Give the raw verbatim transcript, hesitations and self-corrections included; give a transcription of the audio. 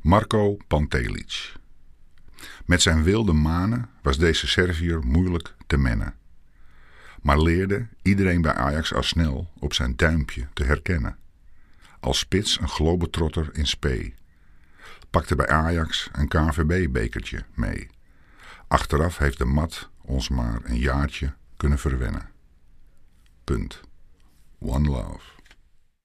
Marko Pantelic. Met zijn wilde manen was deze Serviër moeilijk te mennen. Maar leerde iedereen bij Ajax al snel op zijn duimpje te herkennen. Als spits een globetrotter in spe. Pakte bij Ajax een K N V B-bekertje mee. Achteraf heeft de mat ons maar een jaartje kunnen verwennen. Punt. One love.